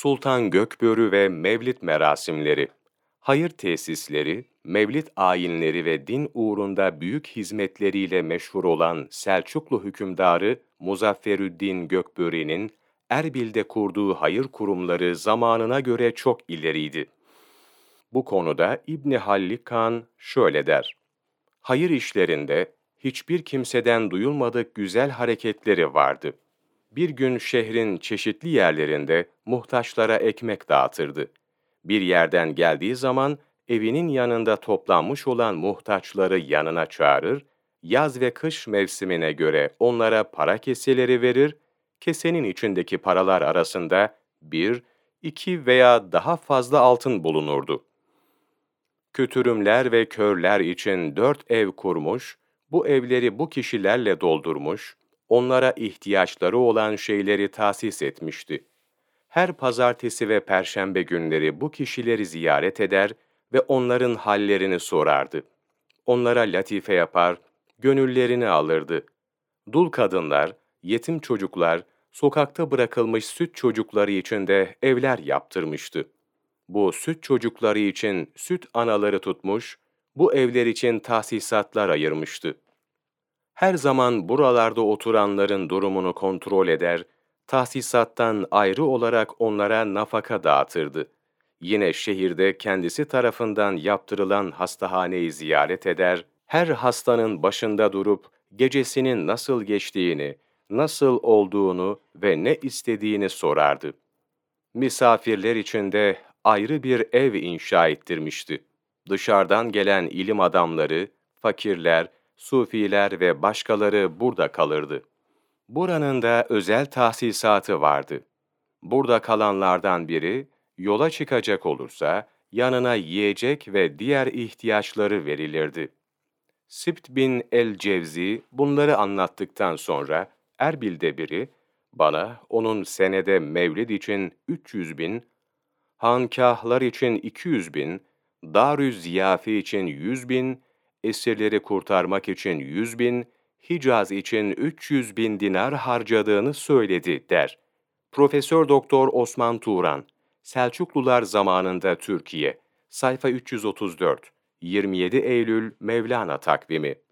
Sultan Gökbörü ve Mevlid merasimleri, hayır tesisleri, mevlid ayinleri ve din uğrunda büyük hizmetleriyle meşhur olan Selçuklu hükümdarı Muzafferüddin Gökbörü'nün Erbil'de kurduğu hayır kurumları zamanına göre çok ileriydi. Bu konuda İbni Hallikan şöyle der: hayır işlerinde hiçbir kimseden duyulmadık güzel hareketleri vardı. Bir gün şehrin çeşitli yerlerinde muhtaçlara ekmek dağıtırdı. Bir yerden geldiği zaman evinin yanında toplanmış olan muhtaçları yanına çağırır, yaz ve kış mevsimine göre onlara para keseleri verir, kesenin içindeki paralar arasında bir, iki veya daha fazla altın bulunurdu. Kötürümler ve körler için 4 ev kurmuş, bu evleri bu kişilerle doldurmuş, onlara ihtiyaçları olan şeyleri tahsis etmişti. Her pazartesi ve perşembe günleri bu kişileri ziyaret eder ve onların hallerini sorardı. Onlara latife yapar, gönüllerini alırdı. Dul kadınlar, yetim çocuklar, sokakta bırakılmış süt çocukları için de evler yaptırmıştı. Bu süt çocukları için süt anaları tutmuş, bu evler için tahsisatlar ayırmıştı. Her zaman buralarda oturanların durumunu kontrol eder, tahsisattan ayrı olarak onlara nafaka dağıtırdı. Yine şehirde kendisi tarafından yaptırılan hastahaneyi ziyaret eder, her hastanın başında durup gecesinin nasıl geçtiğini, nasıl olduğunu ve ne istediğini sorardı. Misafirler için de ayrı bir ev inşa ettirmişti. Dışarıdan gelen ilim adamları, fakirler, sufiler ve başkaları burada kalırdı. Buranın da özel tahsisatı vardı. Burada kalanlardan biri, yola çıkacak olursa, yanına yiyecek ve diğer ihtiyaçları verilirdi. Sibt bin el-Cevzi bunları anlattıktan sonra, Erbil'de biri, bana onun senede mevlid için 300 bin, hankâhlar için 200 bin, darü ziyafe için 100 bin, esirleri kurtarmak için 100 bin, Hicaz için 300 bin dinar harcadığını söyledi der. Profesör Doktor Osman Turan, Selçuklular zamanında Türkiye, sayfa 334, 27 Eylül Mevlana takvimi.